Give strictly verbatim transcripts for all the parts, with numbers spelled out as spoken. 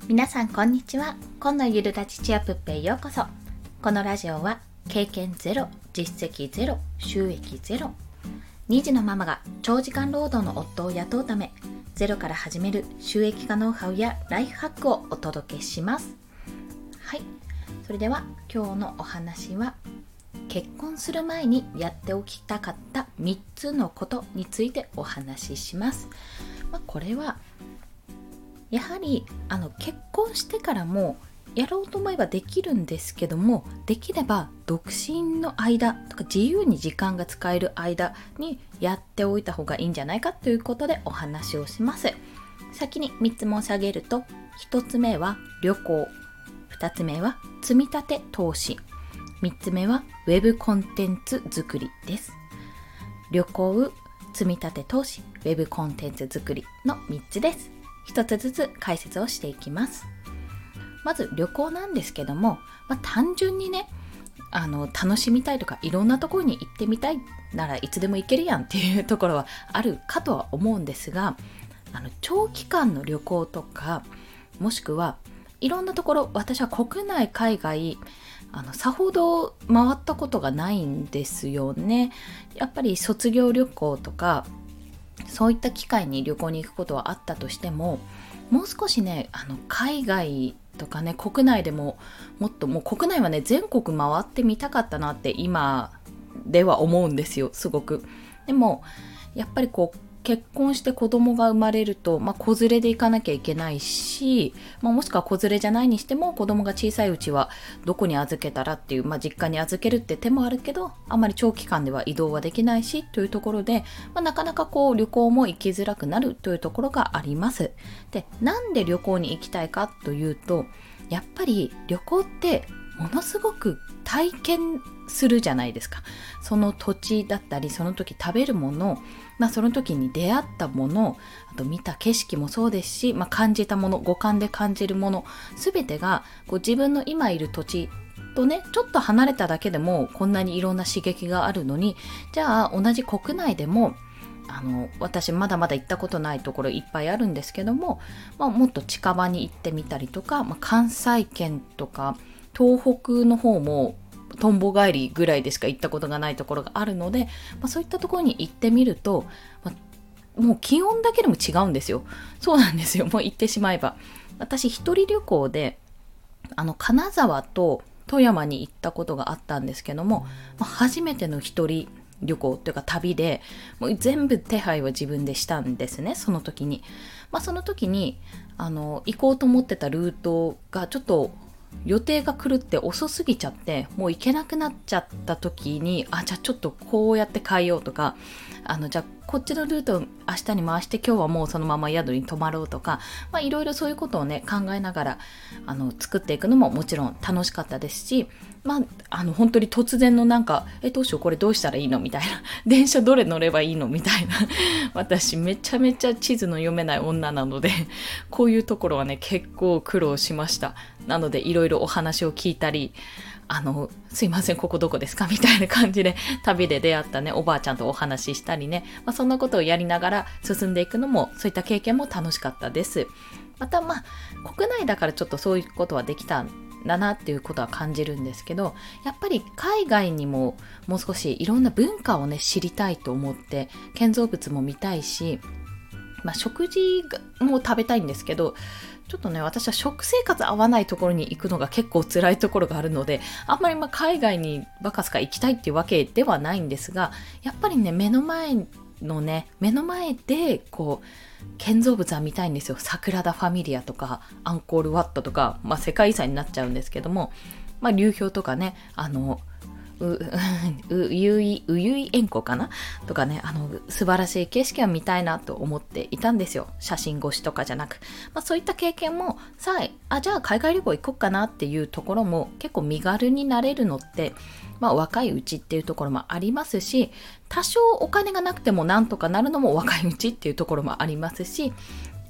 皆さんこんにちは。今のゆるラジチアプッペへようこそ。このラジオは経験ゼロ、実績ゼロ、収益ゼロ、に児のママが長時間労働の夫を雇うため、ゼロから始める収益化ノウハウやライフハックをお届けします。はい、それでは今日のお話は、結婚する前にやっておきたかったみっつのことについてお話しします。まあ、これはやはりあの結婚してからもやろうと思えばできるんですけども、できれば独身の間とか自由に時間が使える間にやっておいた方がいいんじゃないかということでお話をします。先にみっつ申し上げると、ひとつめは旅行、ふたつめは積み立て投資、みっつめはウェブコンテンツ作りです。旅行、積み立て投資、ウェブコンテンツ作りのみっつです。一つずつ解説をしていきます。まず旅行なんですけども、まあ、単純にねあの楽しみたいとかいろんなところに行ってみたいならいつでも行けるやんっていうところはあるかとは思うんですが、あの長期間の旅行とか、もしくはいろんなところ、私は国内海外あのさほど回ったことがないんですよね。やっぱり卒業旅行とかそういった機会に旅行に行くことはあったとしても、もう少しねあの海外とかね国内でももっともう国内はね全国回ってみたかったなって今では思うんですよ、すごく。でもやっぱりこう結婚して子供が生まれると、まあ、子連れで行かなきゃいけないし、まあ、もしくは子連れじゃないにしても子供が小さいうちはどこに預けたらっていう、まあ、実家に預けるって手もあるけど、あまり長期間では移動はできないしというところで、まあ、なかなかこう旅行も行きづらくなるというところがあります。で、なんで旅行に行きたいかというと、やっぱり旅行ってものすごく体験するじゃないですか。その土地だったりその時食べるもの、まあ、その時に出会ったもの、あと見た景色もそうですし、まあ、感じたもの、五感で感じるもの、すべてがこう自分の今いる土地とねちょっと離れただけでもこんなにいろんな刺激があるのに、じゃあ同じ国内でもあの私まだまだ行ったことないところいっぱいあるんですけども、まあ、もっと近場に行ってみたりとか、まあ、関西圏とか東北の方もとんぼ帰りぐらいでしか行ったことがないところがあるので、まあ、そういったところに行ってみると、まあ、もう気温だけでも違うんですよ。そうなんですよ。もう行ってしまえば。私一人旅行であの金沢と富山に行ったことがあったんですけども、まあ、初めての一人旅行というか旅で、もう全部手配は自分でしたんですね、その時に。まあ、その時にあの行こうと思ってたルートがちょっと予定が狂って遅すぎちゃって、もう行けなくなっちゃった時に、あ、じゃあちょっとこうやって変えようとか、あのじゃあこっちのルートを明日に回して今日はもうそのまま宿に泊まろうとか、まあいろいろそういうことをね考えながらあの作っていくのももちろん楽しかったですし、まああの本当に突然のなんかえどうしようこれどうしたらいいのみたいな電車どれ乗ればいいのみたいな私めちゃめちゃ地図の読めない女なので、こういうところはね結構苦労しました。なのでいろいろお話を聞いたり、あのすいませんここどこですかみたいな感じで旅で出会ったねおばあちゃんとお話ししたりね、まあ、そんなことをやりながら進んでいくのも、そういった経験も楽しかったです。またまあ国内だからちょっとそういうことはできたんだなっていうことは感じるんですけど、やっぱり海外にももう少しいろんな文化をね知りたいと思って、建造物も見たいし、まあ、食事も食べたいんですけど、ちょっとね私は食生活合わないところに行くのが結構辛いところがあるので、あんまりまあ海外にバカスカ行きたいっていうわけではないんですが、やっぱりね目の前のね目の前でこう建造物は見たいんですよ。サグラダ・ファミリアとかアンコール・ワットとか、まあ、世界遺産になっちゃうんですけども、まあ、流氷とかね、あのううゆい、うゆい塩湖かなとかね、あの素晴らしい景色を見たいなと思っていたんですよ。写真越しとかじゃなく、まあ、そういった経験もさあ、あじゃあ海外旅行行こうかなっていうところも結構身軽になれるのって、まあ、若いうちっていうところもありますし、多少お金がなくてもなんとかなるのも若いうちっていうところもありますし、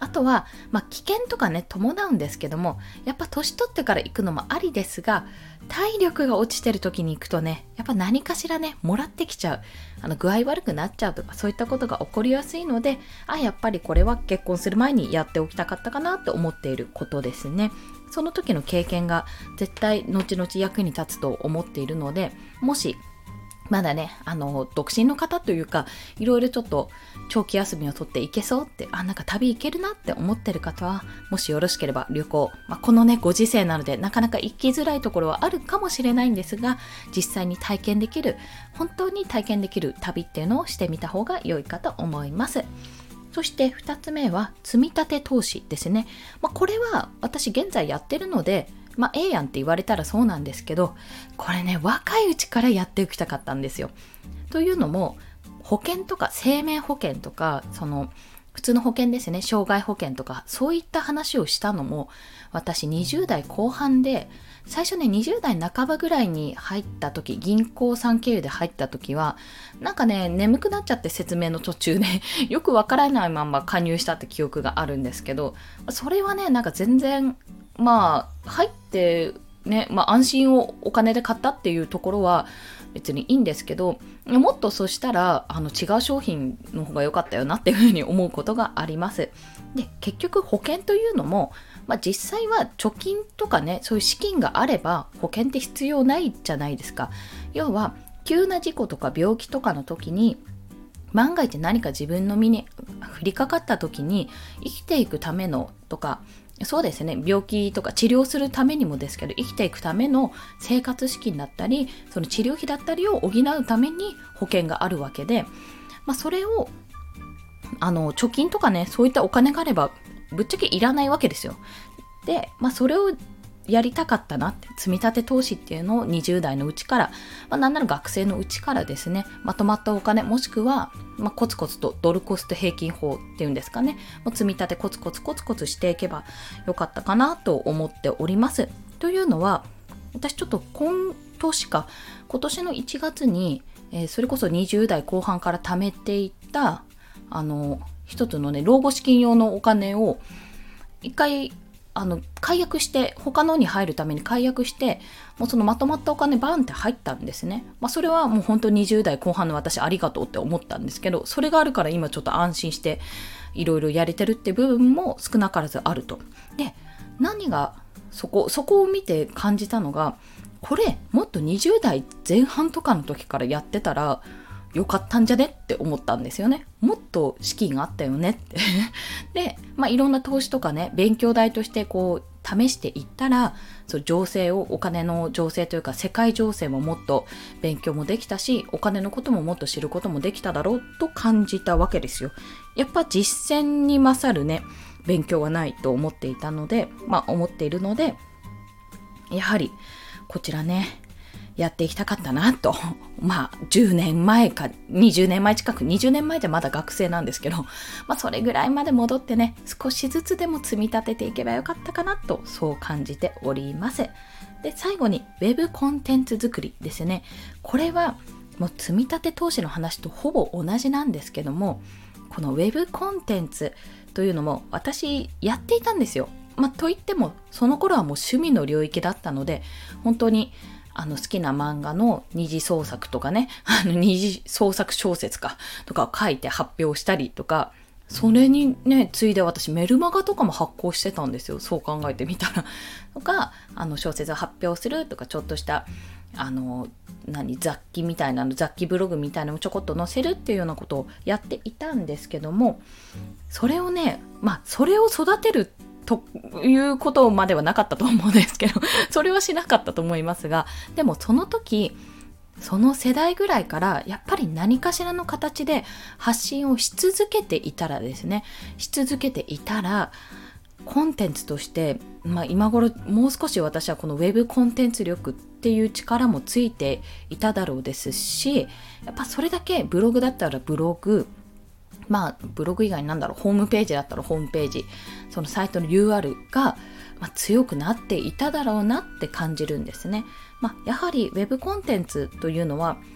あとは、まあ、危険とかね伴うんですけども、やっぱ年取ってから行くのもありですが、体力が落ちてる時に行くとね、やっぱ何かしらねもらってきちゃう、あの具合悪くなっちゃうとか、そういったことが起こりやすいので、あやっぱりこれは結婚する前にやっておきたかったかなと思っていることですね。その時の経験が絶対後々役に立つと思っているので、もしまだね、あの、独身の方というか、いろいろちょっと長期休みを取って行けそうって、あ、なんか旅行けるなって思ってる方は、もしよろしければ旅行、まあ、このね、ご時世なので、なかなか行きづらいところはあるかもしれないんですが、実際に体験できる、本当に体験できる旅っていうのをしてみた方が良いかと思います。そしてふたつめは、積み立て投資ですね。まあ、これは私現在やってるので、まあ、ええやんって言われたらそうなんですけど、これね、若いうちからやっておきたかったんですよ。というのも、保険とか生命保険とか、その普通の保険ですね、障害保険とか、そういった話をしたのも、私にじゅう代後半で、最初ね、にじゅう代半ばぐらいに入った時、銀行さん経由で入った時は、なんかね、眠くなっちゃって説明の途中で、よくわからないまま加入したって記憶があるんですけど、それはね、なんか全然、まあ入ってね、まあ、安心をお金で買ったっていうところは別にいいんですけど、もっとそしたらあの違う商品の方が良かったよなっていうふうに思うことがあります。で、結局保険というのも、まあ、実際は貯金とかね、そういう資金があれば保険って必要ないじゃないですか。要は急な事故とか病気とかの時に、万が一何か自分の身に降りかかった時に生きていくためのとか、そうですね、病気とか治療するためにもですけど、生きていくための生活資金だったり、その治療費だったりを補うために保険があるわけで、まあ、それをあの貯金とかね、そういったお金があればぶっちゃけいらないわけですよ。で、まあ、それをやりたかったなって、積み立て投資っていうのをにじゅう代のうちから、まあ、なんなら学生のうちからですね、まとまったお金、もしくは、まあ、コツコツとドルコスト平均法っていうんですかね、もう積み立てコツコツコツコツしていけばよかったかなと思っております。というのは、私ちょっと今年か、今年のいちがつに、えー、それこそにじゅう代後半から貯めていったあの一つのね、老後資金用のお金を一回あの解約して、他のに入るために解約して、もうそのまとまったお金バンって入ったんですね。まあ、それはもう本当ににじゅう代後半の私ありがとうって思ったんですけど、それがあるから今ちょっと安心していろいろやれてるって部分も少なからずあると。で、何がそこそこを見て感じたのが、これもっとにじゅう代前半とかの時からやってたらよかったんじゃねって思ったんですよね。もっと資金があったよねってで、まあ、いろんな投資とかね、勉強代としてこう試していったら、そう情勢を、お金の情勢というか世界情勢ももっと勉強もできたし、お金のことももっと知ることもできただろうと感じたわけですよ。やっぱ実践に勝るね、勉強はないと思っていたので、まあ思っているので、やはりこちらね、やっていきたかったなと。まあじゅうねんまえかにじゅうねんまえ近く、にじゅうねんまえでまだ学生なんですけど、まあそれぐらいまで戻ってね、少しずつでも積み立てていけばよかったかなと、そう感じております。で、最後にウェブコンテンツ作りですね。これはもう積み立て投資の話とほぼ同じなんですけども、このウェブコンテンツというのも私やっていたんですよ。まあといってもその頃はもう趣味の領域だったので、本当にあの好きな漫画の二次創作とかね、あの二次創作小説かとかを書いて発表したりとか、それにね、ついで私メルマガとかも発行してたんですよ。そう考えてみたら。とか、あの小説を発表するとか、ちょっとしたあの何雑記みたいなの、雑記ブログみたいなのをちょこっと載せるっていうようなことをやっていたんですけども、それをね、まあそれを育てるということまではなかったと思うんですけど、それはしなかったと思いますが、でもその時、その世代ぐらいからやっぱり何かしらの形で発信をし続けていたらですね、し続けていたら、コンテンツとして、まあ、今頃もう少し私はこのウェブコンテンツ力っていう力もついていただろうですし、やっぱそれだけブログだったらブログ、まあブログ以外になんだろう、ホームページだったらホームページ、そのサイトの ユーアール が、まあ、強くなっていただろうなって感じるんですね。まあ、やはりウェブコンテンツというのは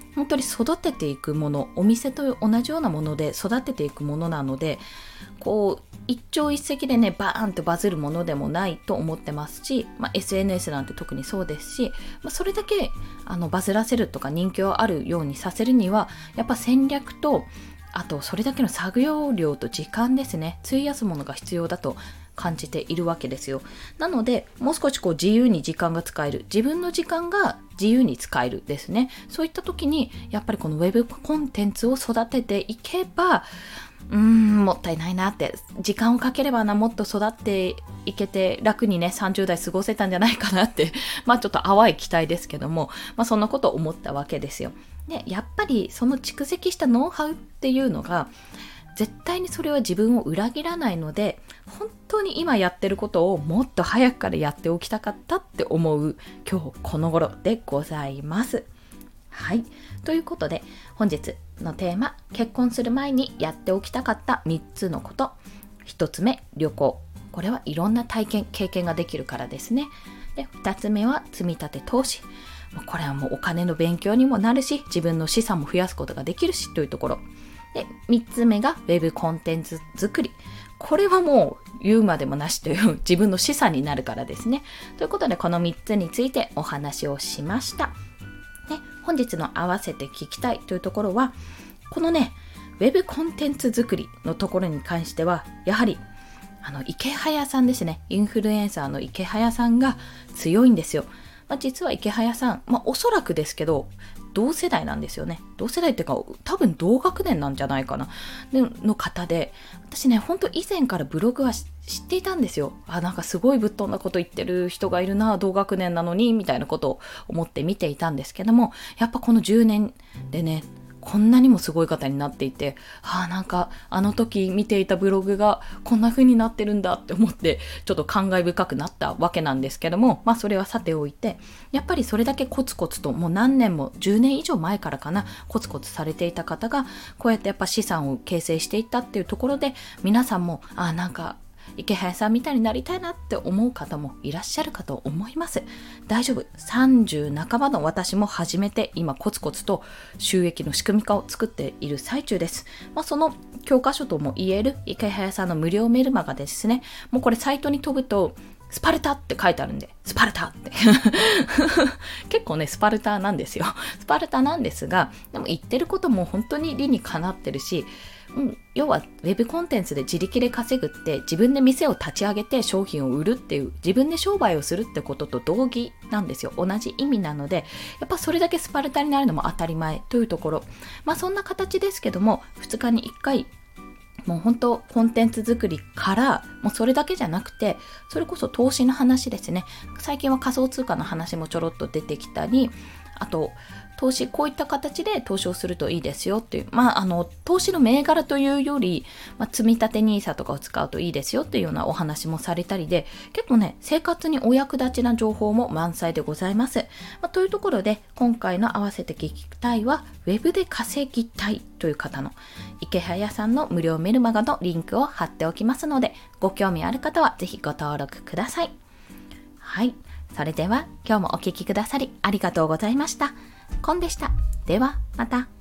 本当に育てていくもの、お店と同じようなもので育てていくものなので、こう一朝一夕でねバーンとバズるものでもないと思ってますし、まあ、エスエヌエス なんて特にそうですし、まあ、それだけあのバズらせるとか人気をあるようにさせるにはやっぱ戦略と、あとそれだけの作業量と時間ですね、費やすものが必要だと感じているわけですよ。なのでもう少しこう自由に時間が使える、自分の時間が自由に使えるですね。そういった時にやっぱりこのウェブコンテンツを育てていけば、うーんもったいないなって、時間をかければな、もっと育っていけて楽にねさんじゅう代過ごせたんじゃないかなってまあちょっと淡い期待ですけども、まあそんなことを思ったわけですよ。でやっぱりその蓄積したノウハウっていうのが絶対にそれは自分を裏切らないので、本当に今やってることをもっと早くからやっておきたかったって思う今日この頃でございます。はい、ということで本日のテーマ、結婚する前にやっておきたかったみっつのこと。ひとつめ、旅行。これはいろんな体験経験ができるからですね。でふたつめは積み立て投資。これはもうお金の勉強にもなるし、自分の資産も増やすことができるしというところで、みっつめがウェブコンテンツ作り。これはもう言うまでもなしという自分の資産になるからですね。ということでこのみっつについてお話をしました。で本日の合わせて聞きたいというところは、このねウェブコンテンツ作りのところに関してはやはりあの池早さんですね。インフルエンサーの池早さんが強いんですよ。まあ、実は池早さん、まあ、おそらくですけど同世代なんですよね。同世代っていうか多分同学年なんじゃないかなの方で、私ね本当以前からブログは知っていたんですよ。あ、なんかすごいぶっ飛んだこと言ってる人がいるな、同学年なのにみたいなことを思って見ていたんですけども、やっぱこのじゅうねんでねこんなにもすごい方になっていて、はあ、なんかあの時見ていたブログがこんな風になってるんだって思ってちょっと感慨深くなったわけなんですけども、まあそれはさておいて、やっぱりそれだけコツコツともう何年もじゅうねん以上前からかなコツコツされていた方がこうやってやっぱ資産を形成していったっていうところで、皆さんもあなんか池早さんみたいになりたいなって思う方もいらっしゃるかと思います。大丈夫、さんじゅう半ばの私も始めて今コツコツと収益の仕組み化を作っている最中です。まあ、その教科書とも言える池早さんの無料メルマガですね。もうこれサイトに飛ぶとスパルタって書いてあるんで、スパルタって結構ねスパルタなんですよ。スパルタなんですが、でも言ってることも本当に理にかなってるし、うん、要はウェブコンテンツで自力で稼ぐって自分で店を立ち上げて商品を売るっていう自分で商売をするってことと同義なんですよ。同じ意味なのでやっぱそれだけスパルタになるのも当たり前というところ、まあそんな形ですけども、ふつかにいっかいもう本当コンテンツ作りからもうそれだけじゃなくて、それこそ投資の話ですね。最近は仮想通貨の話もちょろっと出てきたり、あと投資、こういった形で投資をするといいですよっていう、まああの投資の銘柄というより、まあ、積み立て ニーサ とかを使うといいですよっていうようなお話もされたりで、結構ね生活にお役立ちな情報も満載でございます。まあ、というところで今回の合わせて聞きたいはウェブで稼ぎたいという方の池早さんの無料メルマガのリンクを貼っておきますので、ご興味ある方はぜひご登録ください。はい、それでは今日もお聞きくださりありがとうございました。コンでした。ではまた。